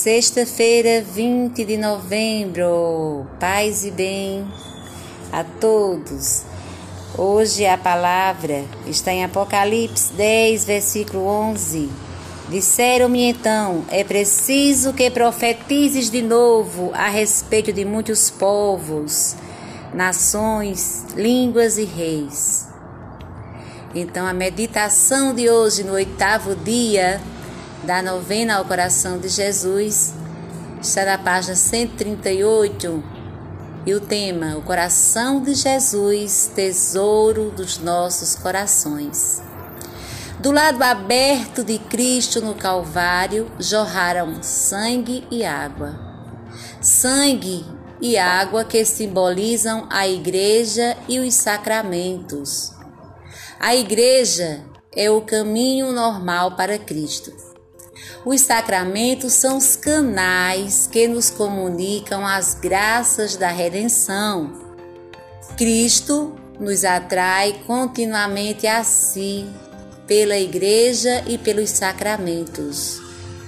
Sexta-feira, 20 de novembro, paz e bem a todos. Hoje a palavra está em Apocalipse 10, versículo 11. Disseram-me então, é preciso que profetizes de novo a respeito de muitos povos, nações, línguas e reis. Então a meditação de hoje, no 8º dia da novena ao coração de Jesus, está na página 138 e o tema: o coração de Jesus, tesouro dos nossos corações. Do lado aberto de Cristo no Calvário jorraram sangue e água. Sangue e água que simbolizam a igreja e os sacramentos. A igreja é o caminho normal para Cristo. Os sacramentos são os canais que nos comunicam as graças da redenção. Cristo nos atrai continuamente a si, pela igreja e pelos sacramentos.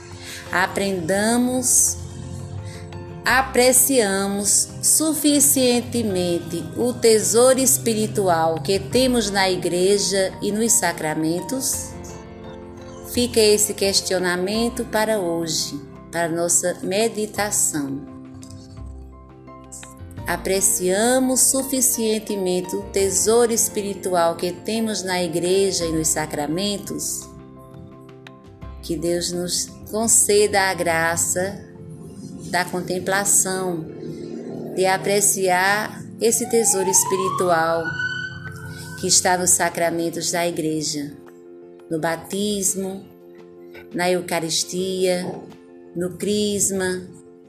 Apreciamos suficientemente o tesouro espiritual que temos na igreja e nos sacramentos? Fica esse questionamento para hoje, para nossa meditação. Apreciamos suficientemente o tesouro espiritual que temos na igreja e nos sacramentos? Que Deus nos conceda a graça da contemplação, de apreciar esse tesouro espiritual que está nos sacramentos da igreja, no batismo, na Eucaristia, no crisma,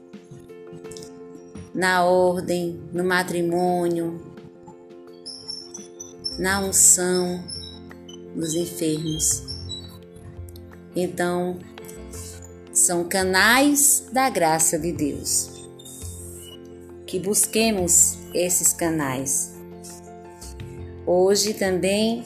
na ordem, no matrimônio, na unção, nos enfermos. Então, são canais da graça de Deus. Que busquemos esses canais. Hoje também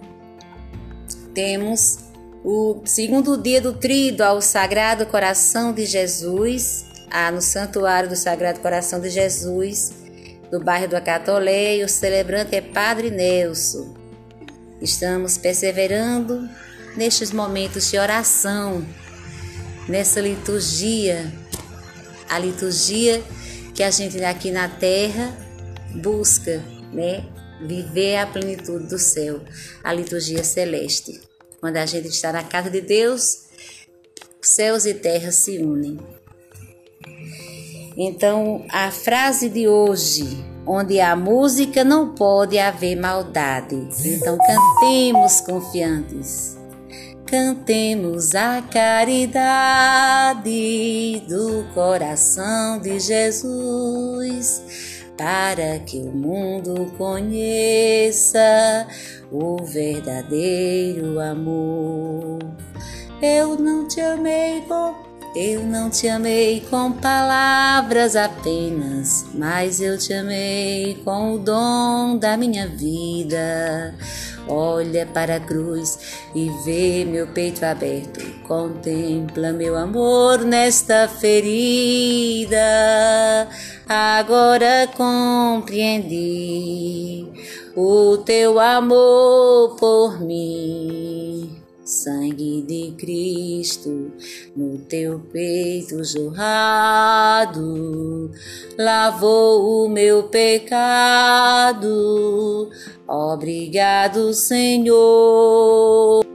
temos o segundo dia do Tríduo ao Sagrado Coração de Jesus, no Santuário do Sagrado Coração de Jesus, do bairro do Acatolé, e o celebrante é Padre Nelson. Estamos perseverando nestes momentos de oração, nessa liturgia, a liturgia que a gente aqui na Terra busca, viver a plenitude do céu, a liturgia celeste. Quando a gente está na casa de Deus, céus e terra se unem. Então, a frase de hoje: onde há música não pode haver maldade. Então, cantemos confiantes. Cantemos a caridade do coração de Jesus, para que o mundo conheça o verdadeiro amor. Eu não te amei com palavras apenas, mas eu te amei com o dom da minha vida. Olha para a cruz e vê meu peito aberto, contempla meu amor nesta ferida. Agora compreendi o teu amor por mim. Sangue de Cristo no teu peito jorrado, lavou o meu pecado. Obrigado, Senhor.